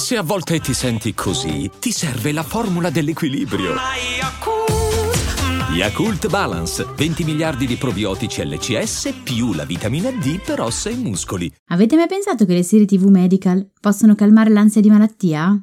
Se a volte ti senti così, ti serve la formula dell'equilibrio. Yakult Balance, 20 miliardi di probiotici LCS più la vitamina D per ossa e muscoli. Avete mai pensato che le serie TV medical possono calmare l'ansia di malattia?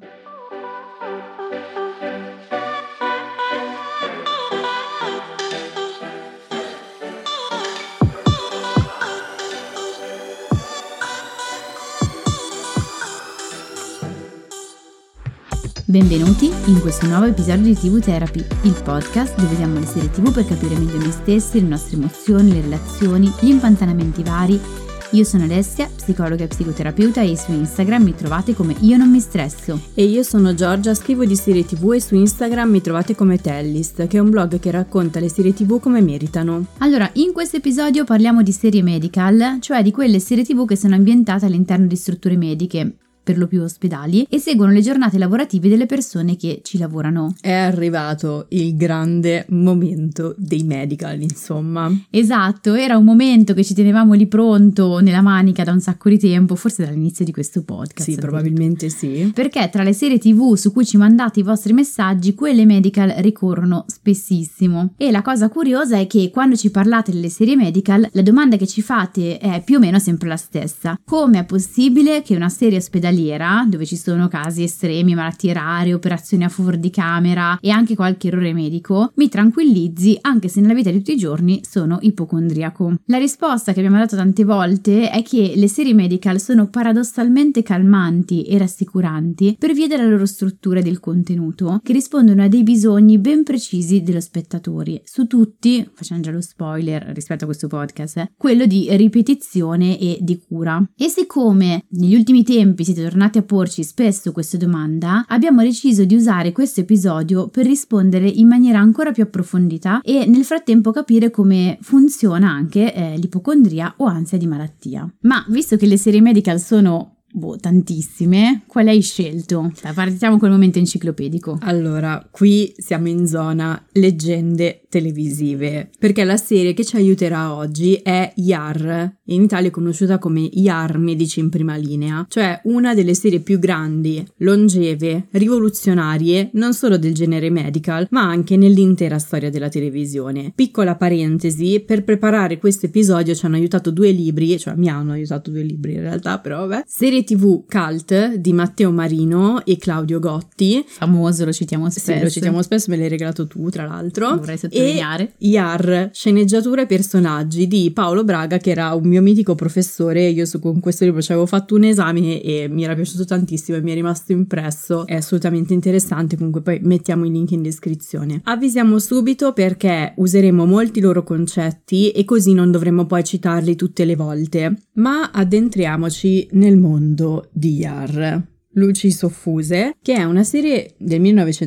Benvenuti in questo nuovo episodio di TV Therapy, il podcast dove vediamo le serie TV per capire meglio noi stessi, le nostre emozioni, le relazioni, gli impantanamenti vari. Io sono Alessia, psicologa e psicoterapeuta, e su Instagram mi trovate come Io Non Mi Stresso. E io sono Giorgia, scrivo di serie TV e su Instagram mi trovate come Tellist, che è un blog che racconta le serie TV come meritano. Allora, in questo episodio parliamo di serie medical, cioè di quelle serie TV che sono ambientate all'interno di strutture mediche, per lo più ospedali, e seguono le giornate lavorative delle persone che ci lavorano. È arrivato il grande momento dei medical, insomma. Esatto, era un momento che ci tenevamo lì pronto nella manica da un sacco di tempo, forse dall'inizio di questo podcast. Sì, probabilmente sì. Perché tra le serie TV su cui ci mandate i vostri messaggi, quelle medical ricorrono spessissimo. E la cosa curiosa è che quando ci parlate delle serie medical, la domanda che ci fate è più o meno sempre la stessa. Come è possibile che una serie ospedaliera, dove ci sono casi estremi, malattie rare, operazioni a favore di camera e anche qualche errore medico, mi tranquillizzi anche se nella vita di tutti i giorni sono ipocondriaco? La risposta che abbiamo dato tante volte è che le serie medical sono paradossalmente calmanti e rassicuranti per via della loro struttura e del contenuto, che rispondono a dei bisogni ben precisi dello spettatore. Su tutti, facciamo già lo spoiler rispetto a questo podcast, quello di ripetizione e di cura. E siccome negli ultimi tempi siete tornati a porci spesso questa domanda, abbiamo deciso di usare questo episodio per rispondere in maniera ancora più approfondita e nel frattempo capire come funziona anche l'ipocondria o ansia di malattia. Ma visto che le serie medical sono tantissime, quale hai scelto? Partiamo col momento enciclopedico. Allora, qui siamo in zona leggende televisive, perché la serie che ci aiuterà oggi è YAR, in Italia è conosciuta come YAR Medici in Prima Linea, cioè una delle serie più grandi, longeve, rivoluzionarie, non solo del genere medical, ma anche nell'intera storia della televisione. Piccola parentesi, per preparare questo episodio ci hanno aiutato due libri, cioè mi hanno aiutato due libri in realtà, però vabbè. Serie TV Cult di Matteo Marino e Claudio Gotti. Famoso, lo citiamo spesso. Sì, lo citiamo spesso, me l'hai regalato tu tra l'altro. Vorrei sottolineare. E YAR, sceneggiatura e personaggi di Paolo Braga, che era un mio mitico professore. Io con questo libro ci avevo fatto un esame e mi era piaciuto tantissimo e mi è rimasto impresso. È assolutamente interessante, comunque poi mettiamo i link in descrizione. Avvisiamo subito perché useremo molti loro concetti e così non dovremo poi citarli tutte le volte. Ma addentriamoci nel mondo di YAR. Luci Soffuse, che è una serie del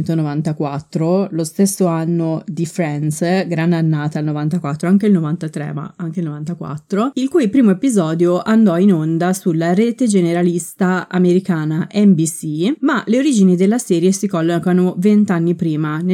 1994, lo stesso anno di Friends, gran annata il 94, anche il 93, ma anche il 94, il cui primo episodio andò in onda sulla rete generalista americana NBC, ma le origini della serie si collocano 20 anni prima, nel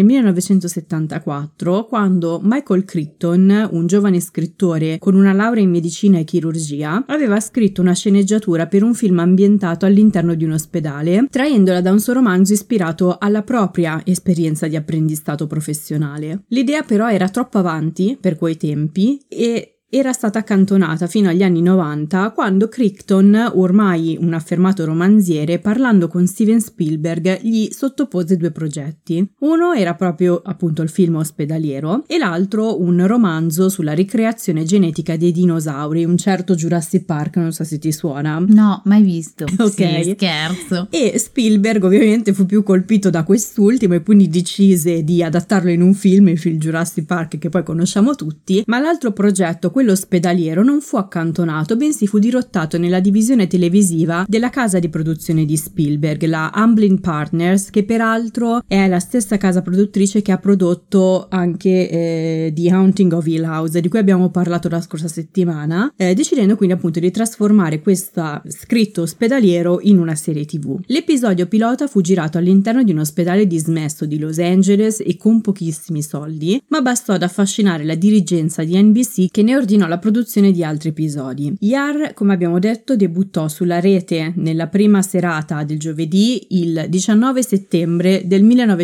1974, quando Michael Crichton, un giovane scrittore con una laurea in medicina e chirurgia, aveva scritto una sceneggiatura per un film ambientato all'interno di un ospedale, traendola da un suo romanzo ispirato alla propria esperienza di apprendistato professionale. L'idea però era troppo avanti per quei tempi e era stata accantonata fino agli anni 90, quando Crichton, ormai un affermato romanziere, parlando con Steven Spielberg, gli sottopose due progetti. Uno era proprio appunto il film ospedaliero e l'altro un romanzo sulla ricreazione genetica dei dinosauri, un certo Jurassic Park, non so se ti suona. No, mai visto. Ok. Sì, scherzo. E Spielberg ovviamente fu più colpito da quest'ultimo e quindi decise di adattarlo in un film, il film Jurassic Park, che poi conosciamo tutti, ma l'altro progetto, quello ospedaliero, non fu accantonato, bensì fu dirottato nella divisione televisiva della casa di produzione di Spielberg, la Amblin Partners, che peraltro è la stessa casa produttrice che ha prodotto anche The Haunting of Hill House, di cui abbiamo parlato la scorsa settimana, decidendo quindi appunto di trasformare questo scritto ospedaliero in una serie TV. L'episodio pilota fu girato all'interno di un ospedale dismesso di Los Angeles e con pochissimi soldi, ma bastò ad affascinare la dirigenza di NBC, che ne ordinò la produzione di altri episodi. Yar, come abbiamo detto, debuttò sulla rete nella prima serata del giovedì il 19 settembre del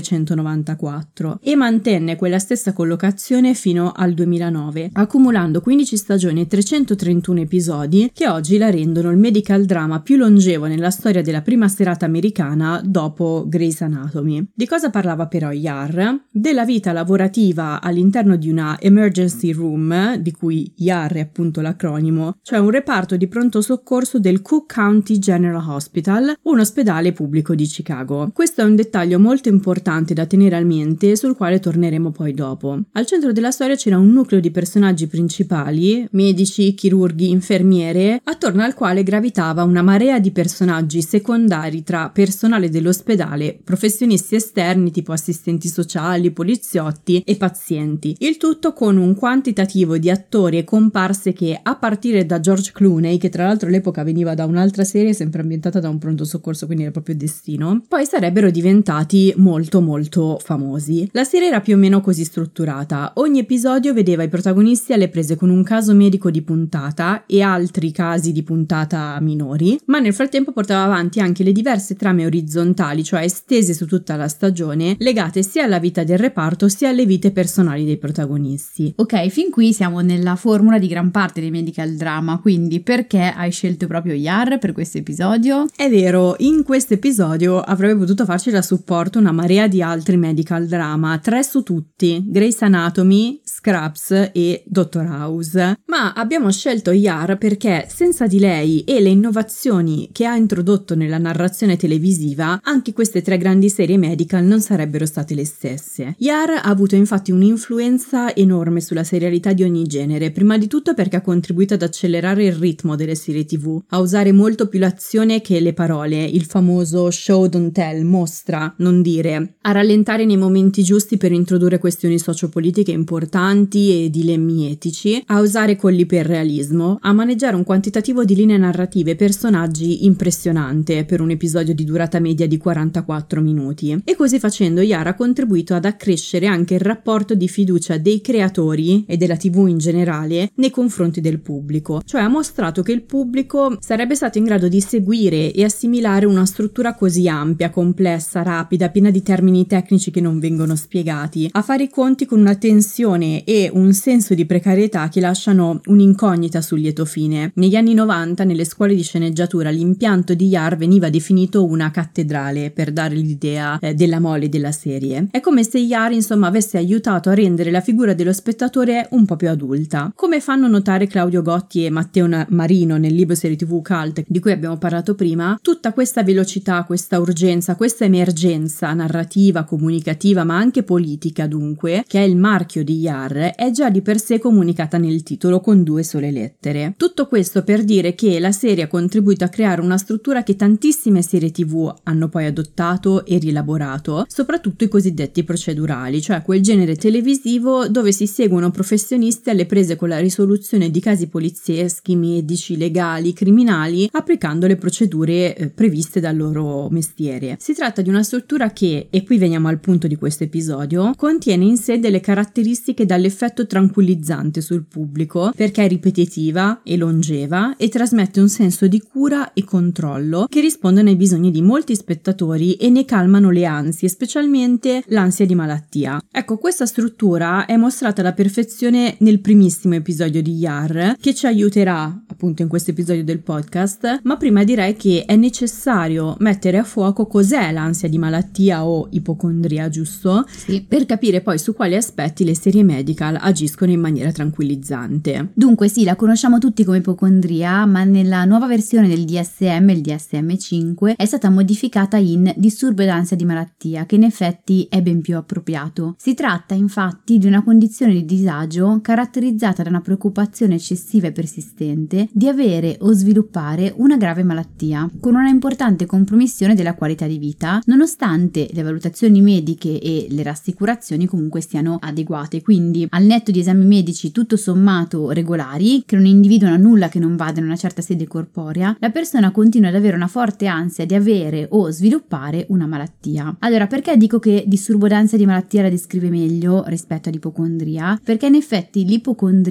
1994 e mantenne quella stessa collocazione fino al 2009, accumulando 15 stagioni e 331 episodi che oggi la rendono il medical drama più longevo nella storia della prima serata americana dopo Grey's Anatomy. Di cosa parlava però Yar? Della vita lavorativa all'interno di una emergency room, di cui YAR è appunto l'acronimo, cioè un reparto di pronto soccorso del Cook County General Hospital, un ospedale pubblico di Chicago. Questo è un dettaglio molto importante da tenere a mente, sul quale torneremo poi dopo. Al centro della storia c'era un nucleo di personaggi principali, medici, chirurghi, infermiere, attorno al quale gravitava una marea di personaggi secondari tra personale dell'ospedale, professionisti esterni tipo assistenti sociali, poliziotti e pazienti. Il tutto con un quantitativo di attori e comparse che, a partire da George Clooney, che tra l'altro all'epoca veniva da un'altra serie sempre ambientata da un pronto soccorso, quindi era proprio destino, poi sarebbero diventati molto molto famosi. La serie era più o meno così strutturata. Ogni episodio vedeva i protagonisti alle prese con un caso medico di puntata e altri casi di puntata minori, ma nel frattempo portava avanti anche le diverse trame orizzontali, cioè estese su tutta la stagione, legate sia alla vita del reparto sia alle vite personali dei protagonisti. Ok, fin qui siamo nella formula di gran parte dei medical drama, quindi perché hai scelto proprio Yar per questo episodio? È vero, in questo episodio avrebbe potuto farci da supporto una marea di altri medical drama, 3 su tutti: Grey's Anatomy, Scrubs e Dr. House, ma abbiamo scelto Yar perché senza di lei e le innovazioni che ha introdotto nella narrazione televisiva, anche queste 3 grandi serie medical non sarebbero state le stesse. Yar ha avuto infatti un'influenza enorme sulla serialità di ogni genere, prima di tutto perché ha contribuito ad accelerare il ritmo delle serie TV, a usare molto più l'azione che le parole, il famoso show don't tell, mostra, non dire, a rallentare nei momenti giusti per introdurre questioni sociopolitiche importanti e dilemmi etici, a usare con l'iperrealismo, a maneggiare un quantitativo di linee narrative e personaggi impressionante per un episodio di durata media di 44 minuti. E così facendo Yar ha contribuito ad accrescere anche il rapporto di fiducia dei creatori e della TV in generale nei confronti del pubblico, cioè ha mostrato che il pubblico sarebbe stato in grado di seguire e assimilare una struttura così ampia, complessa, rapida, piena di termini tecnici che non vengono spiegati, a fare i conti con una tensione e un senso di precarietà che lasciano un'incognita sul lieto fine. Negli anni 90 nelle scuole di sceneggiatura l'impianto di Yar veniva definito una cattedrale, per dare l'idea della mole della serie. È come se Yar insomma avesse aiutato a rendere la figura dello spettatore un po' più adulta. Come fanno notare Claudio Gotti e Matteo Marino nel libro serie TV Cult di cui abbiamo parlato prima, tutta questa velocità, questa urgenza, questa emergenza narrativa, comunicativa ma anche politica dunque, che è il marchio di Yar, è già di per sé comunicata nel titolo con 2 sole lettere. Tutto questo per dire che la serie ha contribuito a creare una struttura che tantissime serie TV hanno poi adottato e rielaborato, soprattutto i cosiddetti procedurali, cioè quel genere televisivo dove si seguono professionisti alle prese con la risoluzione di casi polizieschi, medici, legali, criminali, applicando le procedure previste dal loro mestiere. Si tratta di una struttura che, e qui veniamo al punto di questo episodio, contiene in sé delle caratteristiche dall'effetto tranquillizzante sul pubblico perché è ripetitiva e longeva e trasmette un senso di cura e controllo che rispondono ai bisogni di molti spettatori e ne calmano le ansie, specialmente l'ansia di malattia. Ecco, questa struttura è mostrata alla perfezione nel primissimo episodio di Yar, che ci aiuterà appunto in questo episodio del podcast, ma prima direi che è necessario mettere a fuoco cos'è l'ansia di malattia o ipocondria, giusto? Sì. Per capire poi su quali aspetti le serie medical agiscono in maniera tranquillizzante. Dunque sì, la conosciamo tutti come ipocondria, ma nella nuova versione del DSM, il DSM-5, è stata modificata in disturbo d'ansia di malattia, che in effetti è ben più appropriato. Si tratta infatti di una condizione di disagio caratterizzata da una preoccupazione eccessiva e persistente di avere o sviluppare una grave malattia, con una importante compromissione della qualità di vita, nonostante le valutazioni mediche e le rassicurazioni comunque siano adeguate. Quindi, al netto di esami medici tutto sommato regolari, che non individuano nulla che non vada in una certa sede corporea, la persona continua ad avere una forte ansia di avere o sviluppare una malattia. Allora, perché dico che disturbo d'ansia di malattia la descrive meglio rispetto all'ipocondria? Perché in effetti l'ipocondria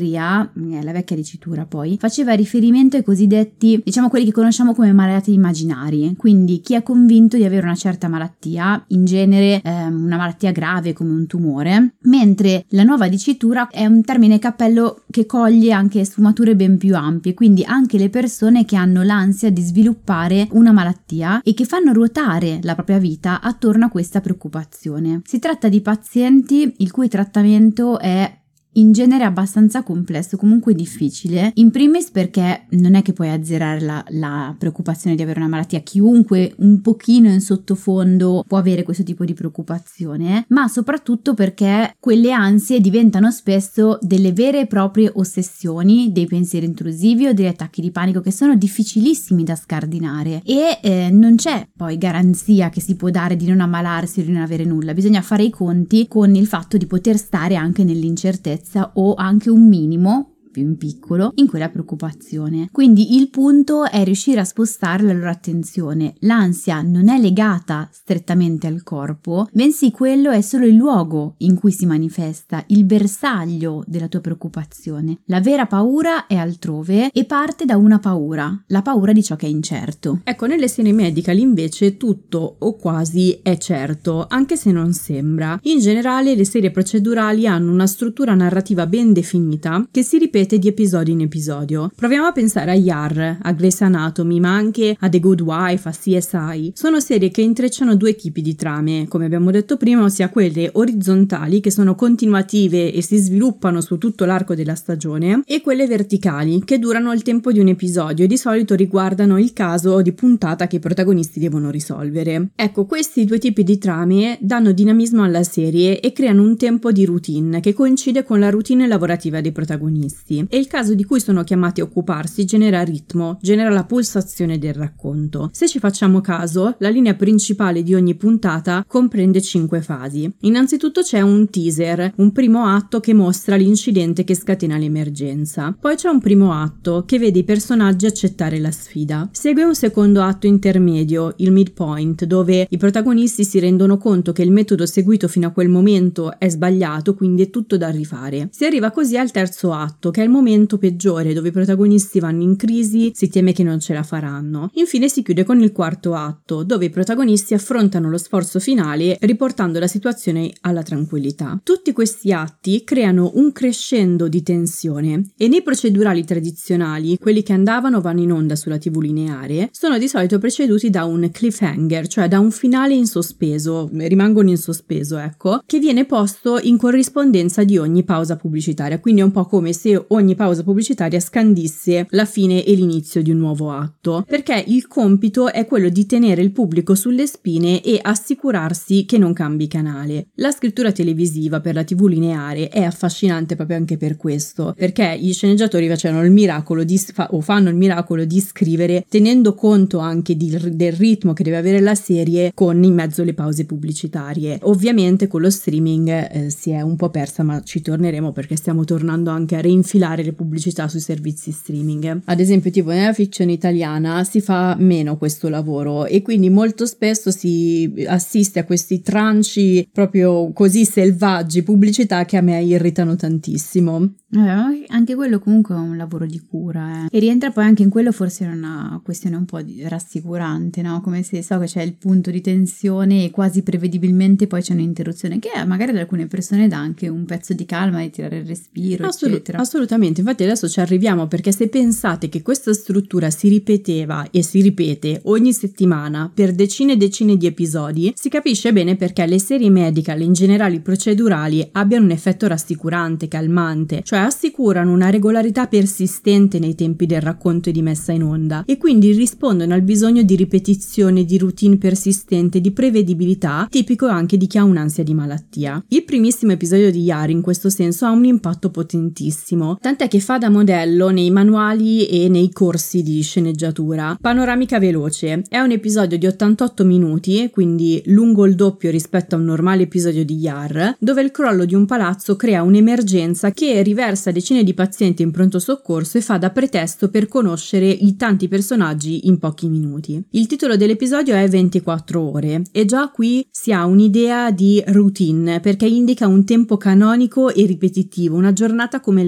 psichiatria, la vecchia dicitura poi, faceva riferimento ai cosiddetti, diciamo quelli che conosciamo come malati immaginari, quindi chi è convinto di avere una certa malattia, in genere una malattia grave come un tumore, mentre la nuova dicitura è un termine cappello che coglie anche sfumature ben più ampie, quindi anche le persone che hanno l'ansia di sviluppare una malattia e che fanno ruotare la propria vita attorno a questa preoccupazione. Si tratta di pazienti il cui trattamento è in genere abbastanza complesso, comunque difficile, in primis perché non è che puoi azzerare la preoccupazione di avere una malattia, chiunque un pochino in sottofondo può avere questo tipo di preoccupazione, ma soprattutto perché quelle ansie diventano spesso delle vere e proprie ossessioni, dei pensieri intrusivi o degli attacchi di panico che sono difficilissimi da scardinare e non c'è poi garanzia che si può dare di non ammalarsi o di non avere nulla, bisogna fare i conti con il fatto di poter stare anche nell'incertezza o anche un minimo più in piccolo in quella preoccupazione. Quindi il punto è riuscire a spostare la loro attenzione. L'ansia non è legata strettamente al corpo, bensì quello è solo il luogo in cui si manifesta, il bersaglio della tua preoccupazione. La vera paura è altrove e parte da una paura, la paura di ciò che è incerto. Ecco, nelle serie medical invece tutto o quasi è certo, anche se non sembra. In generale le serie procedurali hanno una struttura narrativa ben definita che si ripete di episodio in episodio. Proviamo a pensare a ER, a Grey's Anatomy, ma anche a The Good Wife, a CSI. Sono serie che intrecciano due tipi di trame, come abbiamo detto prima, ossia quelle orizzontali che sono continuative e si sviluppano su tutto l'arco della stagione, e quelle verticali che durano il tempo di un episodio e di solito riguardano il caso di puntata che i protagonisti devono risolvere. Ecco, questi due tipi di trame danno dinamismo alla serie e creano un tempo di routine che coincide con la routine lavorativa dei protagonisti. E il caso di cui sono chiamati a occuparsi genera ritmo, genera la pulsazione del racconto. Se ci facciamo caso, la linea principale di ogni puntata comprende 5 fasi. Innanzitutto c'è un teaser, un primo atto che mostra l'incidente che scatena l'emergenza. Poi c'è un primo atto che vede i personaggi accettare la sfida. Segue un secondo atto intermedio, il midpoint, dove i protagonisti si rendono conto che il metodo seguito fino a quel momento è sbagliato, quindi è tutto da rifare. Si arriva così al terzo atto, che è il momento peggiore, dove i protagonisti vanno in crisi, si teme che non ce la faranno. Infine si chiude con il quarto atto, dove i protagonisti affrontano lo sforzo finale riportando la situazione alla tranquillità. Tutti questi atti creano un crescendo di tensione e nei procedurali tradizionali, quelli che vanno in onda sulla TV lineare, sono di solito preceduti da un cliffhanger, cioè da un finale in sospeso, rimangono in sospeso, ecco, che viene posto in corrispondenza di ogni pausa pubblicitaria, quindi è un po' come se ogni pausa pubblicitaria scandisse la fine e l'inizio di un nuovo atto, perché il compito è quello di tenere il pubblico sulle spine e assicurarsi che non cambi canale. La scrittura televisiva per la TV lineare è affascinante proprio anche per questo, perché gli sceneggiatori facevano il miracolo fanno il miracolo di scrivere tenendo conto anche del ritmo che deve avere la serie con in mezzo le pause pubblicitarie. Ovviamente con lo streaming si è un po' persa, ma ci torneremo perché stiamo tornando anche a reinfilare le pubblicità sui servizi streaming. Ad esempio, tipo nella fiction italiana si fa meno questo lavoro e quindi molto spesso si assiste a questi tranci proprio così selvaggi, pubblicità che a me irritano tantissimo. Anche quello comunque è un lavoro di cura, e rientra poi anche in quello forse una questione un po' rassicurante, no? Come se so che c'è il punto di tensione e quasi prevedibilmente poi c'è un'interruzione che magari ad alcune persone dà anche un pezzo di calma, di tirare il respiro, eccetera. Assolutamente, infatti adesso ci arriviamo, perché se pensate che questa struttura si ripeteva e si ripete ogni settimana per decine e decine di episodi, si capisce bene perché le serie medical, in generale procedurali, abbiano un effetto rassicurante, calmante, cioè assicurano una regolarità persistente nei tempi del racconto e di messa in onda e quindi rispondono al bisogno di ripetizione, di routine persistente, di prevedibilità, tipico anche di chi ha un'ansia di malattia. Il primissimo episodio di ER in questo senso ha un impatto potentissimo, tant'è che fa da modello nei manuali e nei corsi di sceneggiatura. Panoramica veloce, è un episodio di 88 minuti, quindi lungo il doppio rispetto a un normale episodio di ER, dove il crollo di un palazzo crea un'emergenza che riversa decine di pazienti in pronto soccorso e fa da pretesto per conoscere i tanti personaggi in pochi minuti. Il titolo dell'episodio è 24 ore e già qui si ha un'idea di routine perché indica un tempo canonico e ripetitivo, una giornata come le altre.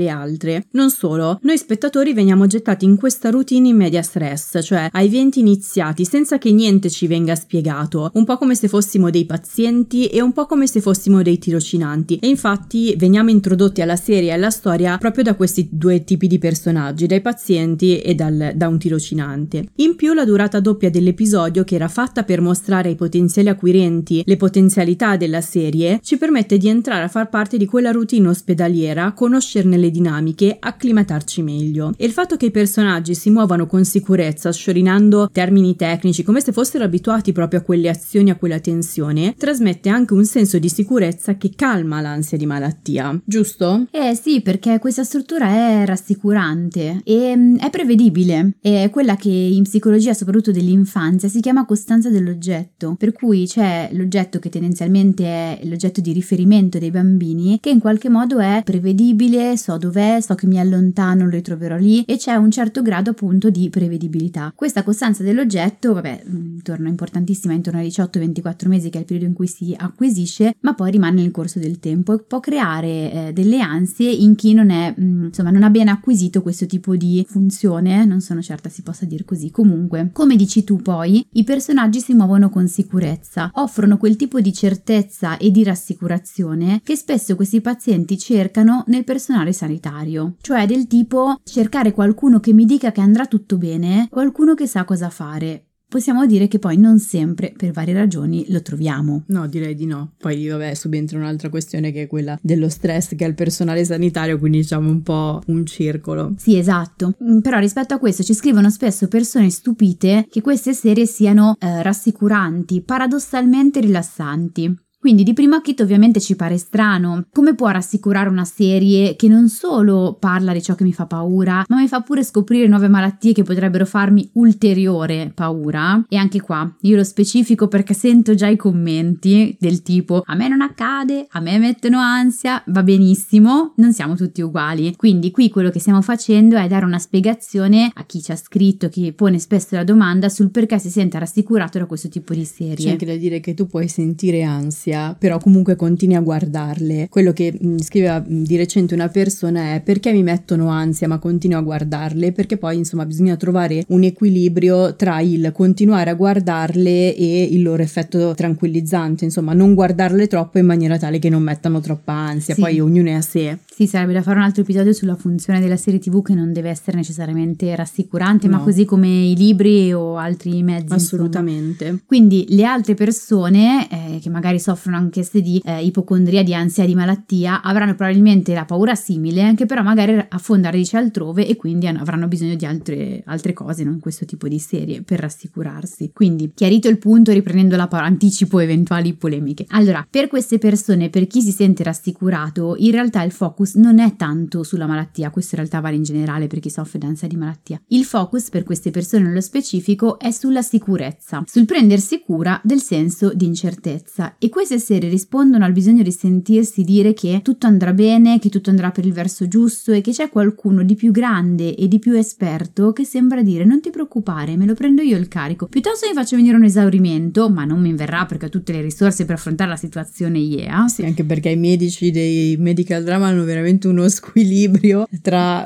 oltre. Non solo, noi spettatori veniamo gettati in questa routine in medias res, cioè a eventi iniziati senza che niente ci venga spiegato, un po' come se fossimo dei pazienti e un po' come se fossimo dei tirocinanti. E infatti veniamo introdotti alla serie e alla storia proprio da questi due tipi di personaggi, dai pazienti e da un tirocinante. In più la durata doppia dell'episodio, che era fatta per mostrare ai potenziali acquirenti le potenzialità della serie, ci permette di entrare a far parte di quella routine ospedaliera, conoscerne le dinamiche, acclimatarci meglio. E il fatto che i personaggi si muovano con sicurezza, sciorinando termini tecnici come se fossero abituati proprio a quelle azioni, a quella tensione, trasmette anche un senso di sicurezza che calma l'ansia di malattia, giusto? Sì, perché questa struttura è rassicurante e è prevedibile. È quella che in psicologia, soprattutto dell'infanzia, si chiama costanza dell'oggetto, per cui c'è l'oggetto che tendenzialmente è l'oggetto di riferimento dei bambini, che in qualche modo è prevedibile, so dov'è, so che mi allontano, lo ritroverò lì, e c'è un certo grado appunto di prevedibilità. Questa costanza dell'oggetto, torna importantissima intorno ai 18-24 mesi, che è il periodo in cui si acquisisce, ma poi rimane nel corso del tempo e può creare delle ansie in chi non è, non ha bene acquisito questo tipo di funzione. Non sono certa si possa dire così. Comunque, come dici tu, poi i personaggi si muovono con sicurezza, offrono quel tipo di certezza e di rassicurazione che spesso questi pazienti cercano nel personale sanitario, cioè del tipo cercare qualcuno che mi dica che andrà tutto bene, qualcuno che sa cosa fare. Possiamo dire che poi non sempre, per varie ragioni, lo troviamo. No, direi di no. Poi subentra un'altra questione, che è quella dello stress che ha il personale sanitario, quindi diciamo un po' un circolo. Sì, esatto. Però rispetto a questo ci scrivono spesso persone stupite che queste serie siano rassicuranti, paradossalmente rilassanti. Quindi di primo acchito ovviamente ci pare strano. Come può rassicurare una serie che non solo parla di ciò che mi fa paura, ma mi fa pure scoprire nuove malattie che potrebbero farmi ulteriore paura? E anche qua io lo specifico perché sento già i commenti del tipo: a me non accade, a me mettono ansia, va benissimo, non siamo tutti uguali. Quindi qui quello che stiamo facendo è dare una spiegazione a chi ci ha scritto, chi pone spesso la domanda sul perché si sente rassicurato da questo tipo di serie. C'è anche da dire che tu puoi sentire ansia, però comunque continui a guardarle. Quello che scriveva di recente una persona è: perché mi mettono ansia ma continuo a guardarle? Perché poi bisogna trovare un equilibrio tra il continuare a guardarle e il loro effetto tranquillizzante, non guardarle troppo in maniera tale che non mettano troppa ansia. Sì. Poi ognuno è a sé. Sì, sarebbe da fare un altro episodio sulla funzione della serie TV, che non deve essere necessariamente rassicurante, no, ma così come i libri o altri mezzi. Assolutamente. Quindi le altre persone che magari soffrono anch'esse di ipocondria, di ansia, di malattia, avranno probabilmente la paura simile, che però magari affonda radici altrove e quindi avranno bisogno di altre cose, non questo tipo di serie, per rassicurarsi. Quindi, chiarito il punto, riprendendo la parola, anticipo eventuali polemiche. Allora, per queste persone, per chi si sente rassicurato, in realtà il focus non è tanto sulla malattia. Questo in realtà vale in generale per chi soffre di ansia di malattia. Il focus per queste persone nello specifico è sulla sicurezza, sul prendersi cura del senso di incertezza, e queste serie rispondono al bisogno di sentirsi dire che tutto andrà bene, che tutto andrà per il verso giusto e che c'è qualcuno di più grande e di più esperto che sembra dire: non ti preoccupare, me lo prendo io il carico, piuttosto mi faccio venire un esaurimento, ma non mi verrà perché ho tutte le risorse per affrontare la situazione. Sì, anche perché i medici dei medical drama hanno veramente uno squilibrio tra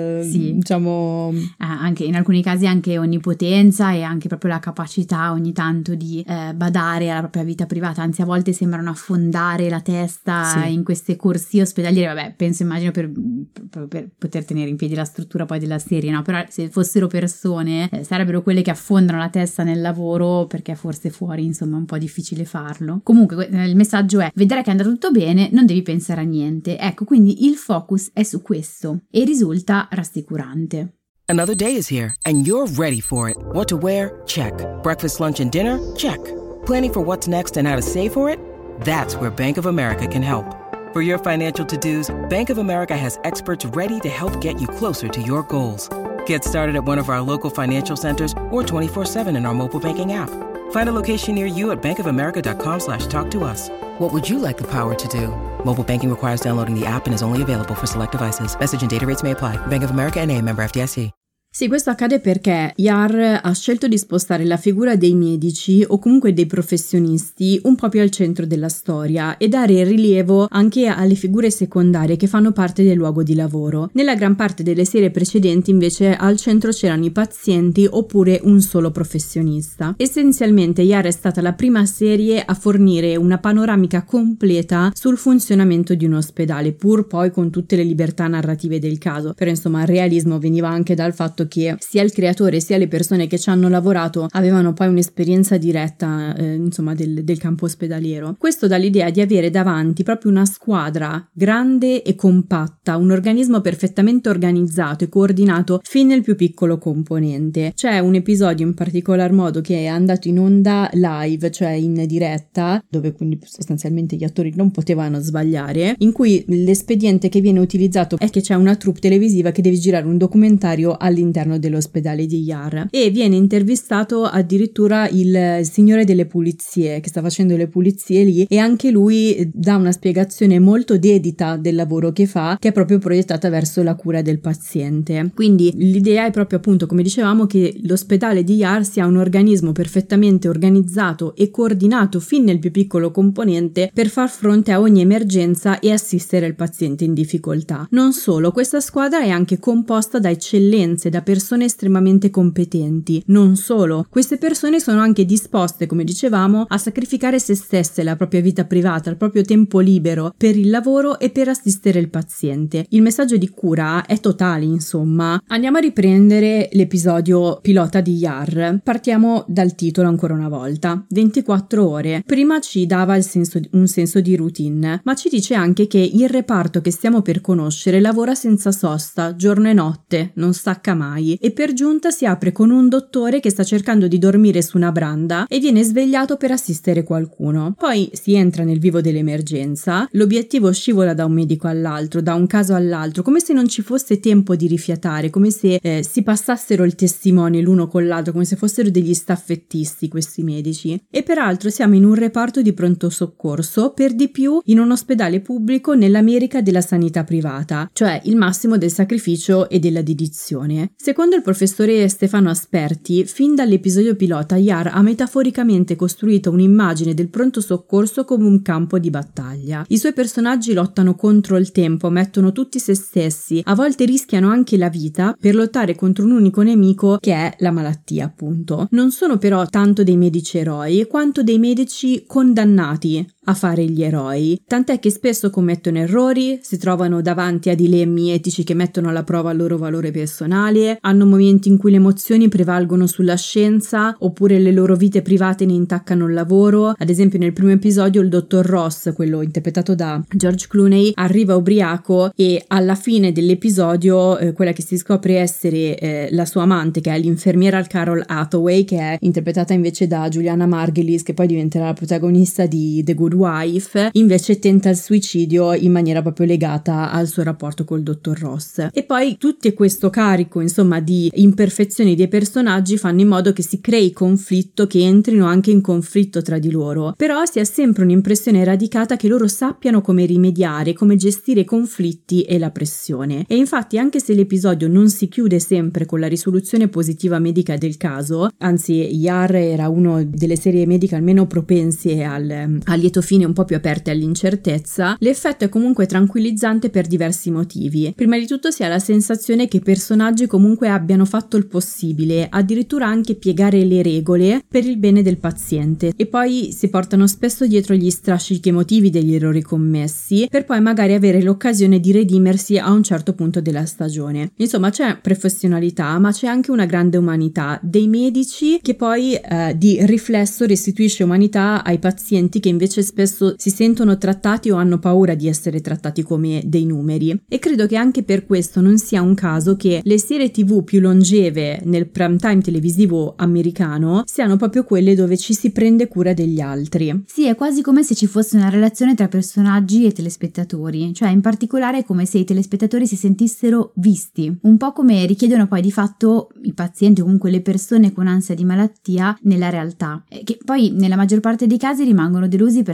anche in alcuni casi anche onnipotenza e anche proprio la capacità ogni tanto di badare alla propria vita privata. Anzi, a volte sembrano affondare la testa in queste corsie ospedaliere. Immagino per poter tenere in piedi la struttura poi della serie, no? Però se fossero persone sarebbero quelle che affondano la testa nel lavoro, perché forse fuori è un po' difficile farlo. Comunque il messaggio è: vedrai che andrà tutto bene, non devi pensare a niente. Ecco, quindi il focus è su questo e risulta rassicurante. Another day is here and you're ready for it. What to wear? Check. Breakfast, lunch, and dinner? Check. Planning for what's next and how to save for it? That's where Bank of America can help. For your financial to-dos, Bank of America has experts ready to help get you closer to your goals. Get started at one of our local financial centers or 24/7 in our mobile banking app. Find a location near you at bankofamerica.com/talktous. What would you like the power to do? Mobile banking requires downloading the app and is only available for select devices. Message and data rates may apply. Bank of America NA, member FDIC. Sì, questo accade perché Yar ha scelto di spostare la figura dei medici o comunque dei professionisti un po' più al centro della storia e dare rilievo anche alle figure secondarie che fanno parte del luogo di lavoro. Nella gran parte delle serie precedenti invece al centro c'erano i pazienti oppure un solo professionista. Essenzialmente Yar è stata la prima serie a fornire una panoramica completa sul funzionamento di un ospedale, pur poi con tutte le libertà narrative del caso. Però insomma il realismo veniva anche dal fatto che sia il creatore sia le persone che ci hanno lavorato avevano poi un'esperienza diretta del campo ospedaliero. Questo dà l'idea di avere davanti proprio una squadra grande e compatta, un organismo perfettamente organizzato e coordinato fin nel più piccolo componente. C'è un episodio in particolar modo che è andato in onda live, cioè in diretta, dove quindi sostanzialmente gli attori non potevano sbagliare, in cui l'espediente che viene utilizzato è che c'è una troupe televisiva che deve girare un documentario all'interno dell'ospedale di Yar e viene intervistato addirittura il signore delle pulizie che sta facendo le pulizie lì e anche lui dà una spiegazione molto dedita del lavoro che fa, che è proprio proiettata verso la cura del paziente. Quindi l'idea è proprio, appunto, come dicevamo, che l'ospedale di Yar sia un organismo perfettamente organizzato e coordinato fin nel più piccolo componente per far fronte a ogni emergenza e assistere il paziente in difficoltà. Non solo, questa squadra è anche composta da eccellenze, da persone estremamente competenti. Non solo, queste persone sono anche disposte, come dicevamo, a sacrificare se stesse, la propria vita privata, il proprio tempo libero per il lavoro e per assistere il paziente. Il messaggio di cura è totale, insomma. Andiamo a riprendere l'episodio pilota di Yar. Partiamo dal titolo ancora una volta. 24 ore. Prima ci dava un senso di routine, ma ci dice anche che il reparto che stiamo per conoscere lavora senza sosta, giorno e notte, non stacca mai, e per giunta si apre con un dottore che sta cercando di dormire su una branda e viene svegliato per assistere qualcuno. Poi si entra nel vivo dell'emergenza, l'obiettivo scivola da un medico all'altro, da un caso all'altro, come se non ci fosse tempo di rifiatare, come se si passassero il testimone l'uno con l'altro, come se fossero degli staffettisti questi medici. E peraltro siamo in un reparto di pronto soccorso, per di più in un ospedale pubblico nell'America della sanità privata, cioè il massimo del sacrificio e della dedizione. Secondo il professore Stefano Asperti, fin dall'episodio pilota Yar ha metaforicamente costruito un'immagine del pronto soccorso come un campo di battaglia. I suoi personaggi lottano contro il tempo, mettono tutti se stessi, a volte rischiano anche la vita per lottare contro un unico nemico che è la malattia, appunto. Non sono però tanto dei medici eroi quanto dei medici condannati a fare gli eroi, tant'è che spesso commettono errori, si trovano davanti a dilemmi etici che mettono alla prova il loro valore personale, hanno momenti in cui le emozioni prevalgono sulla scienza oppure le loro vite private ne intaccano il lavoro. Ad esempio nel primo episodio il dottor Ross, quello interpretato da George Clooney, arriva ubriaco e alla fine dell'episodio quella che si scopre essere la sua amante, che è l'infermiera Carol Hathaway, che è interpretata invece da Juliana Margulies, che poi diventerà la protagonista di The Good Wife, invece tenta il suicidio in maniera proprio legata al suo rapporto col dottor Ross. E poi tutto questo carico, insomma, di imperfezioni dei personaggi fanno in modo che si crei conflitto, che entrino anche in conflitto tra di loro, però si ha sempre un'impressione radicata che loro sappiano come rimediare, come gestire i conflitti e la pressione. E infatti, anche se l'episodio non si chiude sempre con la risoluzione positiva medica del caso, anzi Yar era una delle serie medical meno propense al lieto fine, un po' più aperte all'incertezza, l'effetto è comunque tranquillizzante per diversi motivi. Prima di tutto si ha la sensazione che i personaggi comunque abbiano fatto il possibile, addirittura anche piegare le regole per il bene del paziente, e poi si portano spesso dietro gli strascichi emotivi degli errori commessi per poi magari avere l'occasione di redimersi a un certo punto della stagione. Insomma, c'è professionalità, ma c'è anche una grande umanità dei medici, che poi di riflesso restituisce umanità ai pazienti, che invece spesso si sentono trattati o hanno paura di essere trattati come dei numeri. E credo che anche per questo non sia un caso che le serie TV più longeve nel prime time televisivo americano siano proprio quelle dove ci si prende cura degli altri. Sì, è quasi come se ci fosse una relazione tra personaggi e telespettatori, cioè in particolare come se i telespettatori si sentissero visti, un po' come richiedono poi di fatto i pazienti o comunque le persone con ansia di malattia nella realtà, che poi nella maggior parte dei casi rimangono delusi perché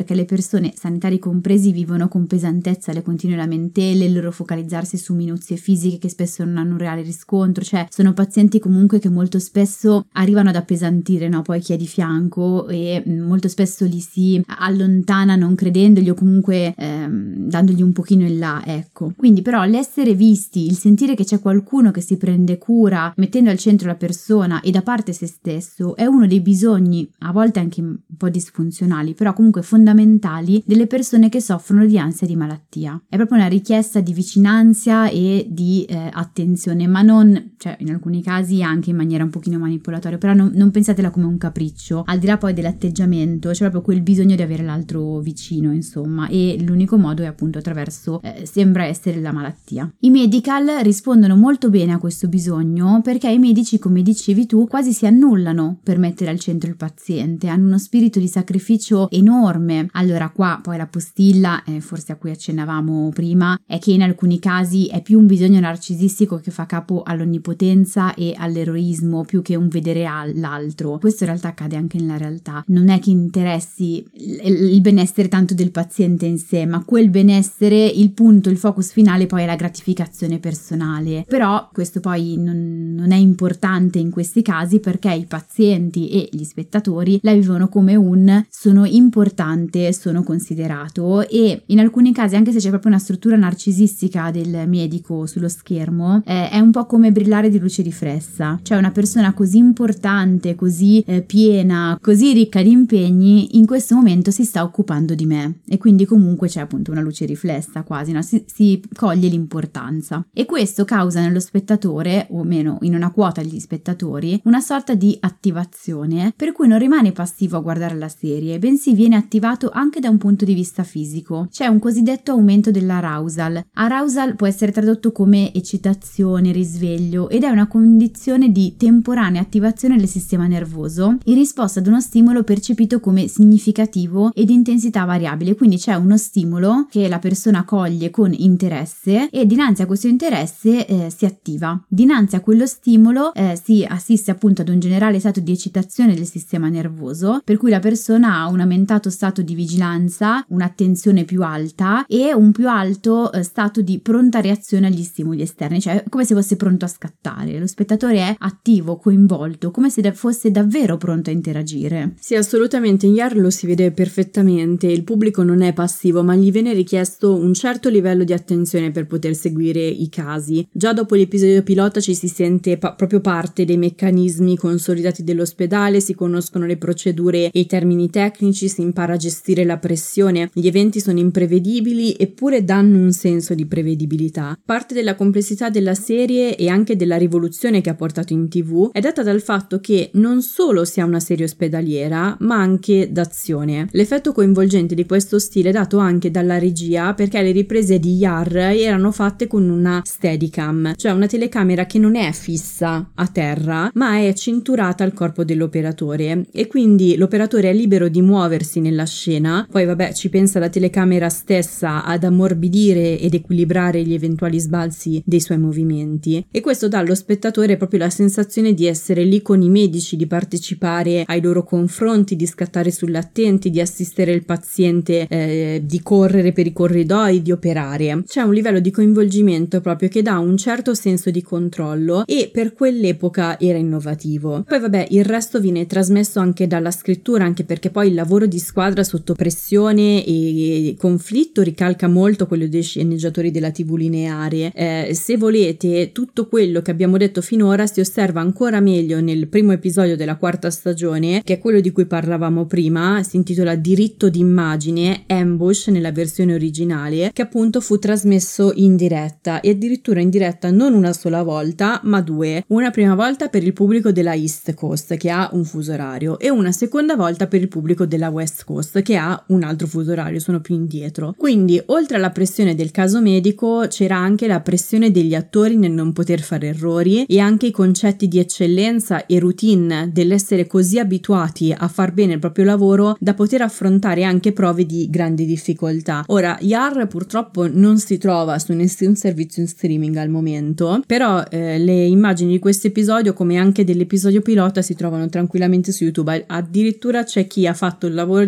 perché le persone, sanitari compresi, vivono con pesantezza le continue lamentele, il loro focalizzarsi su minuzie fisiche che spesso non hanno un reale riscontro, cioè sono pazienti comunque che molto spesso arrivano ad appesantire, no? Poi chi è di fianco, e molto spesso li si allontana non credendogli o comunque dandogli un pochino in là, ecco. Quindi però l'essere visti, il sentire che c'è qualcuno che si prende cura mettendo al centro la persona e da parte se stesso, è uno dei bisogni, a volte anche un po' disfunzionali, però comunque fondamentali, delle persone che soffrono di ansia di malattia. È proprio una richiesta di vicinanza e di attenzione, ma non, cioè in alcuni casi anche in maniera un pochino manipolatoria, però non pensatela come un capriccio, al di là poi dell'atteggiamento, c'è proprio quel bisogno di avere l'altro vicino, insomma, e l'unico modo è appunto attraverso, sembra essere la malattia. I medical rispondono molto bene a questo bisogno, perché i medici, come dicevi tu, quasi si annullano per mettere al centro il paziente, hanno uno spirito di sacrificio enorme. Allora qua poi la postilla, forse a cui accennavamo prima, è che in alcuni casi è più un bisogno narcisistico che fa capo all'onnipotenza e all'eroismo più che un vedere l'altro. Questo in realtà accade anche nella realtà, non è che interessi il benessere tanto del paziente in sé, ma quel benessere, il punto, il focus finale poi è la gratificazione personale. Però questo poi non è importante in questi casi, perché i pazienti e gli spettatori la vivono come sono importante, sono considerato, e in alcuni casi, anche se c'è proprio una struttura narcisistica del medico sullo schermo, è un po' come brillare di luce riflessa, cioè una persona così importante, così piena, così ricca di impegni, in questo momento si sta occupando di me, e quindi comunque c'è appunto una luce riflessa quasi, no? Si coglie l'importanza, e questo causa nello spettatore, o meno in una quota degli spettatori, una sorta di attivazione per cui non rimane passivo a guardare la serie, bensì viene attivato anche da un punto di vista fisico. C'è un cosiddetto aumento dell'arousal. Arousal può essere tradotto come eccitazione, risveglio, ed è una condizione di temporanea attivazione del sistema nervoso in risposta ad uno stimolo percepito come significativo ed intensità variabile. Quindi c'è uno stimolo che la persona coglie con interesse e dinanzi a questo interesse si attiva. Dinanzi a quello stimolo si assiste appunto ad un generale stato di eccitazione del sistema nervoso, per cui la persona ha un aumentato stato di vigilanza, un'attenzione più alta e un più alto stato di pronta reazione agli stimoli esterni, cioè come se fosse pronto a scattare. Lo spettatore è attivo, coinvolto, come se fosse davvero pronto a interagire. Sì, assolutamente, in Yar lo si vede perfettamente, il pubblico non è passivo, ma gli viene richiesto un certo livello di attenzione per poter seguire i casi. Già dopo l'episodio pilota ci si sente proprio parte dei meccanismi consolidati dell'ospedale, si conoscono le procedure e i termini tecnici, si impara a gestire la pressione, gli eventi sono imprevedibili eppure danno un senso di prevedibilità. Parte della complessità della serie e anche della rivoluzione che ha portato in TV è data dal fatto che non solo sia una serie ospedaliera, ma anche d'azione. L'effetto coinvolgente di questo stile è dato anche dalla regia, perché le riprese di Yar erano fatte con una Steadicam, cioè una telecamera che non è fissa a terra, ma è cinturata al corpo dell'operatore, e quindi l'operatore è libero di muoversi nella scena. Poi vabbè, ci pensa la telecamera stessa ad ammorbidire ed equilibrare gli eventuali sbalzi dei suoi movimenti, e questo dà allo spettatore proprio la sensazione di essere lì con i medici, di partecipare ai loro confronti, di scattare sull'attenti, di assistere il paziente, di correre per i corridoi, di operare. C'è un livello di coinvolgimento proprio che dà un certo senso di controllo, e per quell'epoca era innovativo. Poi vabbè, il resto viene trasmesso anche dalla scrittura, anche perché poi il lavoro di squadra sotto pressione e conflitto ricalca molto quello dei sceneggiatori della TV lineare. Se volete, tutto quello che abbiamo detto finora si osserva ancora meglio nel primo episodio della quarta stagione, che è quello di cui parlavamo prima, si intitola Diritto d'immagine, Ambush nella versione originale, che appunto fu trasmesso in diretta, e addirittura in diretta non una sola volta ma due. Una prima volta per il pubblico della East Coast, che ha un fuso orario, e una seconda volta per il pubblico della West Coast, che ha un altro fuso orario, sono più indietro. Quindi oltre alla pressione del caso medico c'era anche la pressione degli attori nel non poter fare errori, e anche i concetti di eccellenza e routine dell'essere così abituati a far bene il proprio lavoro da poter affrontare anche prove di grande difficoltà. Ora, Yar purtroppo non si trova su nessun servizio in streaming al momento, però le immagini di questo episodio, come anche dell'episodio pilota, si trovano tranquillamente su YouTube. Addirittura c'è chi ha fatto il lavoro di prendere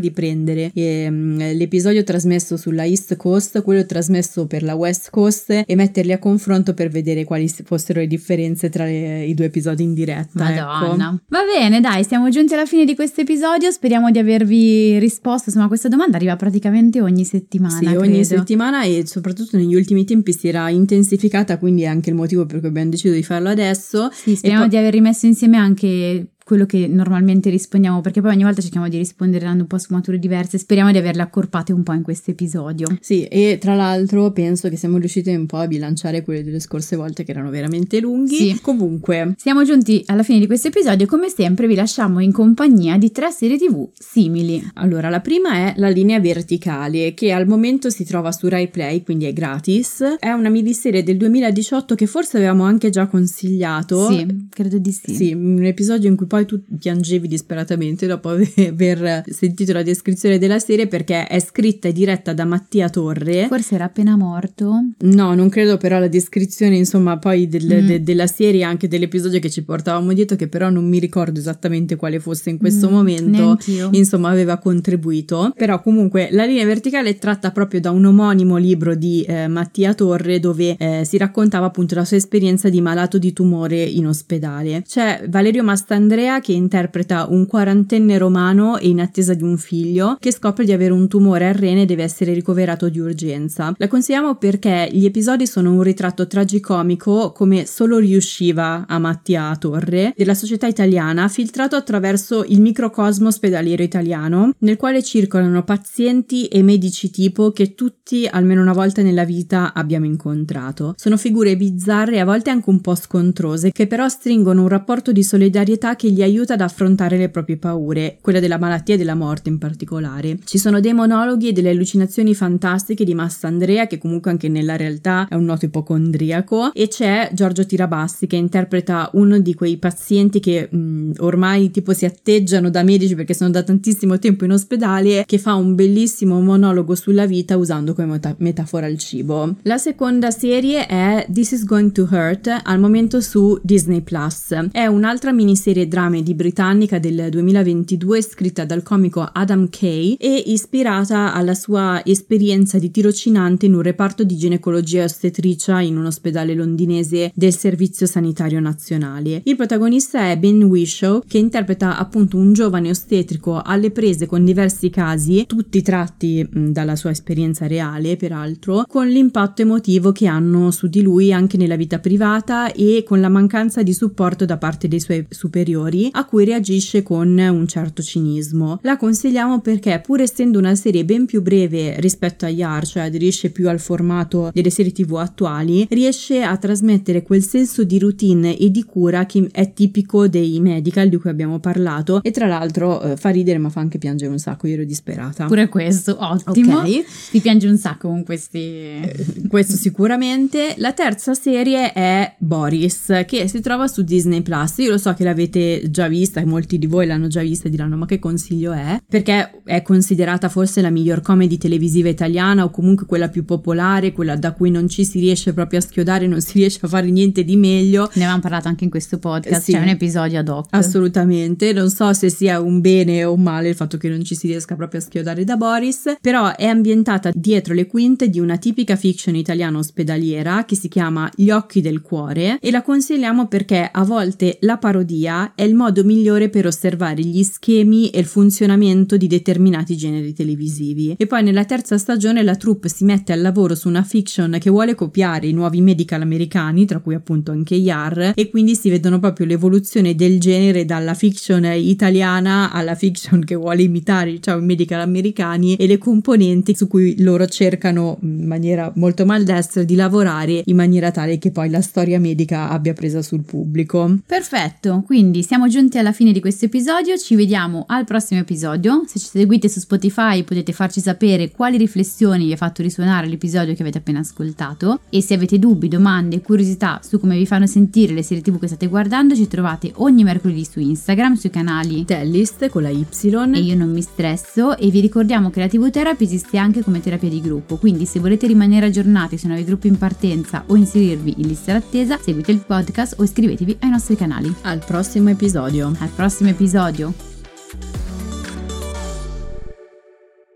prendere l'episodio trasmesso sulla East Coast, quello trasmesso per la West Coast e metterli a confronto per vedere quali fossero le differenze tra i due episodi in diretta. Madonna. Ecco. Va bene, dai, siamo giunti alla fine di questo episodio, speriamo di avervi risposto. Insomma, questa domanda arriva praticamente ogni settimana. Sì, ogni settimana, e soprattutto negli ultimi tempi si era intensificata, quindi è anche il motivo per cui abbiamo deciso di farlo adesso. Sì, speriamo di aver rimesso insieme anche quello che normalmente rispondiamo, perché poi ogni volta cerchiamo di rispondere dando un po' sfumature diverse. Speriamo di averle accorpate un po' in questo episodio. Sì, e tra l'altro penso che siamo riusciti un po' a bilanciare quelle delle scorse volte che erano veramente lunghi. Sì. Comunque siamo giunti alla fine di questo episodio e come sempre vi lasciamo in compagnia di 3 serie TV simili. Allora, la prima è La linea verticale, che al momento si trova su Rai Play, quindi è gratis. È una miniserie del 2018 che forse avevamo anche già consigliato. Sì, credo di sì. Sì, un episodio in cui poi tu piangevi disperatamente dopo aver sentito la descrizione della serie, perché è scritta e diretta da Mattia Torre. Forse era appena morto? No, non credo, però la descrizione insomma poi della serie, anche dell'episodio che ci portavamo dietro, che però non mi ricordo esattamente quale fosse in questo momento, neanch'io. Insomma aveva contribuito. Però comunque La linea verticale è tratta proprio da un omonimo libro di Mattia Torre, dove si raccontava appunto la sua esperienza di malato di tumore in ospedale. C'è Valerio Mastandrea che interpreta un quarantenne romano e in attesa di un figlio che scopre di avere un tumore al rene e deve essere ricoverato di urgenza. La consigliamo perché gli episodi sono un ritratto tragicomico, come solo riusciva a Mattia Torre, della società italiana, filtrato attraverso il microcosmo ospedaliero italiano, nel quale circolano pazienti e medici tipo che tutti almeno una volta nella vita abbiamo incontrato. Sono figure bizzarre e a volte anche un po' scontrose, che però stringono un rapporto di solidarietà che gli aiuta ad affrontare le proprie paure, quella della malattia e della morte in particolare. Ci sono dei monologhi e delle allucinazioni fantastiche di Mastandrea, che comunque anche nella realtà è un noto ipocondriaco, e c'è Giorgio Tirabassi che interpreta uno di quei pazienti che ormai tipo si atteggiano da medici perché sono da tantissimo tempo in ospedale, che fa un bellissimo monologo sulla vita usando come metafora il cibo. La seconda serie è This is Going to Hurt, al momento su Disney Plus. È un'altra miniserie dramedy britannica del 2022 scritta dal comico Adam Kay e ispirata alla sua esperienza di tirocinante in un reparto di ginecologia e ostetricia in un ospedale londinese del Servizio Sanitario Nazionale. Il protagonista è Ben Whishaw, che interpreta appunto un giovane ostetrico alle prese con diversi casi, tutti tratti dalla sua esperienza reale peraltro, con l'impatto emotivo che hanno su di lui anche nella vita privata e con la mancanza di supporto da parte dei suoi superiori, a cui reagisce con un certo cinismo. La consigliamo perché, pur essendo una serie ben più breve rispetto agli AR, cioè aderisce più al formato delle serie TV attuali, riesce a trasmettere quel senso di routine e di cura che è tipico dei medical di cui abbiamo parlato, e tra l'altro fa ridere ma fa anche piangere un sacco. Io ero disperata. Pure questo, ottimo. Ok. Si piange un sacco con questi... Questo sicuramente. La terza serie è Boris, che si trova su Disney Plus. Io lo so che l'avete già vista, molti di voi l'hanno già vista e diranno ma che consiglio è, perché è considerata forse la miglior comedy televisiva italiana, o comunque quella più popolare, quella da cui non ci si riesce proprio a schiodare, non si riesce a fare niente di meglio. Ne avevamo parlato anche in questo podcast, sì, c'è un episodio ad hoc. Assolutamente, non so se sia un bene o un male il fatto che non ci si riesca proprio a schiodare da Boris, però è ambientata dietro le quinte di una tipica fiction italiana ospedaliera che si chiama Gli occhi del cuore, e la consigliamo perché a volte la parodia è il modo migliore per osservare gli schemi e il funzionamento di determinati generi televisivi. E poi nella terza stagione la troupe si mette al lavoro su una fiction che vuole copiare i nuovi medical americani, tra cui appunto anche YAR, e quindi si vedono proprio l'evoluzione del genere dalla fiction italiana alla fiction che vuole imitare, diciamo, i medical americani, e le componenti su cui loro cercano in maniera molto maldestra di lavorare in maniera tale che poi la storia medica abbia presa sul pubblico. Perfetto, quindi siamo giunti alla fine di questo episodio, ci vediamo al prossimo episodio. Se ci seguite su Spotify potete farci sapere quali riflessioni vi ha fatto risuonare l'episodio che avete appena ascoltato, e se avete dubbi, domande, curiosità su come vi fanno sentire le serie TV che state guardando, ci trovate ogni mercoledì su Instagram, sui canali Tellist con la Y e Io non mi stresso, e vi ricordiamo che la TV Therapy esiste anche come terapia di gruppo, quindi se volete rimanere aggiornati su nuovi gruppi in partenza o inserirvi in lista d'attesa, seguite il podcast o iscrivetevi ai nostri canali. Al prossimo episodio. Al prossimo episodio!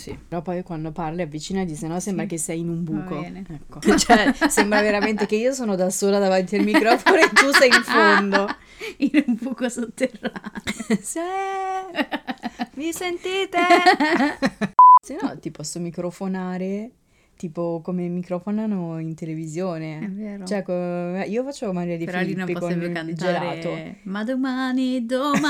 Sì, però poi quando parli avvicinati, sennò sembra che sei in un buco. Va bene. Ecco. Cioè, sembra veramente che io sono da sola davanti al microfono e tu sei in fondo. In un buco sotterraneo. Sì, mi sentite? Se no ti posso microfonare tipo come microfonano in televisione. È vero. Cioè, io facevo Maria Di Però lì non Filippi con posso il cantare gelato. ma domani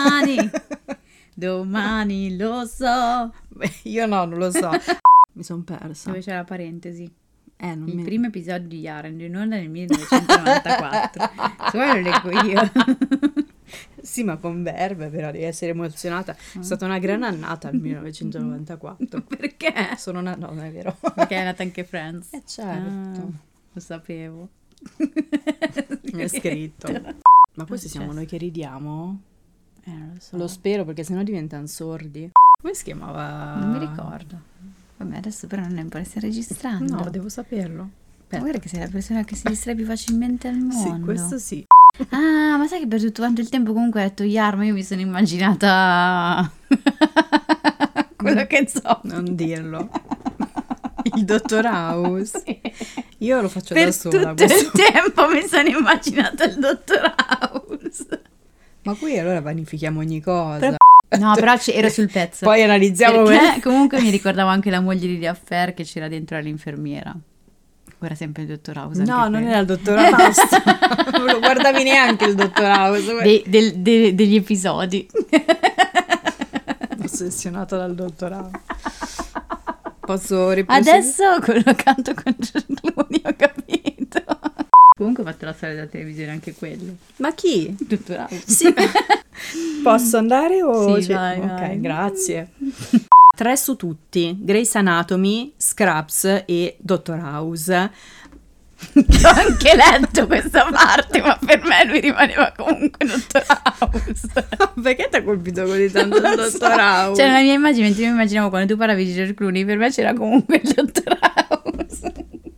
domani lo so. Beh, io no, non lo so. Mi sono persa. Dove c'è la parentesi? Non Il mi... primo episodio di Yaren in onda nel 1994. Se vuoi lo leggo io. Sì, ma con verve, però devi essere emozionata. È stata una gran annata il 1994. Perché? Sono una... No, non è vero. Perché è nata anche Friends. Certo. Lo sapevo. Mi è scritto. Ma questi siamo noi che ridiamo? Non lo so. Lo spero, perché sennò diventano sordi. Come si chiamava? Non mi ricordo. Vabbè, adesso però non può essere registrando. No, devo saperlo. Guarda che sei la persona che si distrae più facilmente al mondo. Sì, questo sì. Ah, ma sai che per tutto quanto il tempo comunque hai detto Yar, ma io mi sono immaginata quello che so. Non dirlo. Il Dottor House. Sì. Io lo faccio Per da sola. tutto il tempo mi sono immaginata il Dottor House. Ma qui allora vanifichiamo ogni cosa. No, però ero sul pezzo. Poi analizziamo Perché comunque mi ricordavo anche la moglie di Affair che c'era dentro all'infermiera. Era sempre il Dottor House. No, non era il Dottor House. Non lo guardavi neanche il Dottor House. Degli episodi. Ossessionata dal Dottor House. Posso riprendere? Adesso quello canto con Giorgioni, ho capito. Comunque ho fatto la storia della televisione anche quello. Ma chi? Dottor House. Sì. Posso andare o... Sì, vai, ok, vai. grazie. 3 su tutti: Grey's Anatomy, Scrubs e Dottor House. Ho anche letto questa parte, ma per me lui rimaneva comunque Dottor House. Perché ti ha colpito così tanto il Dottor House? Cioè nella mia immagine, mentre io mi immaginavo quando tu parlavi di George Clooney, per me c'era comunque il Dottor House.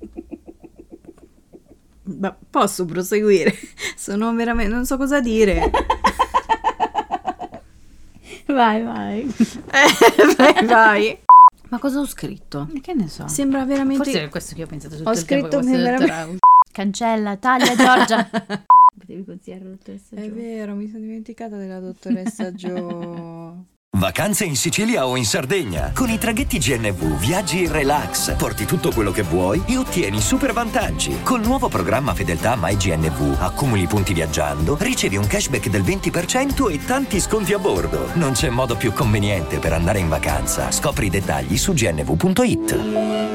Ma posso proseguire? Sono veramente... non so cosa dire. Vai. Vai. Ma cosa ho scritto? Che ne so. Sembra veramente... Forse è questo che io ho pensato tutto Ho il tempo, scritto che fosse veramente- Dottor House. Cancella, taglia Giorgia. Potevi consigliare la dottoressa È Jo. vero, mi sono dimenticata della dottoressa Jo. Vacanze in Sicilia o in Sardegna. Con i traghetti GNV viaggi in relax, porti tutto quello che vuoi e ottieni super vantaggi. Col nuovo programma Fedeltà MyGNV accumuli punti viaggiando, ricevi un cashback del 20% e tanti sconti a bordo. Non c'è modo più conveniente per andare in vacanza. Scopri i dettagli su gnv.it.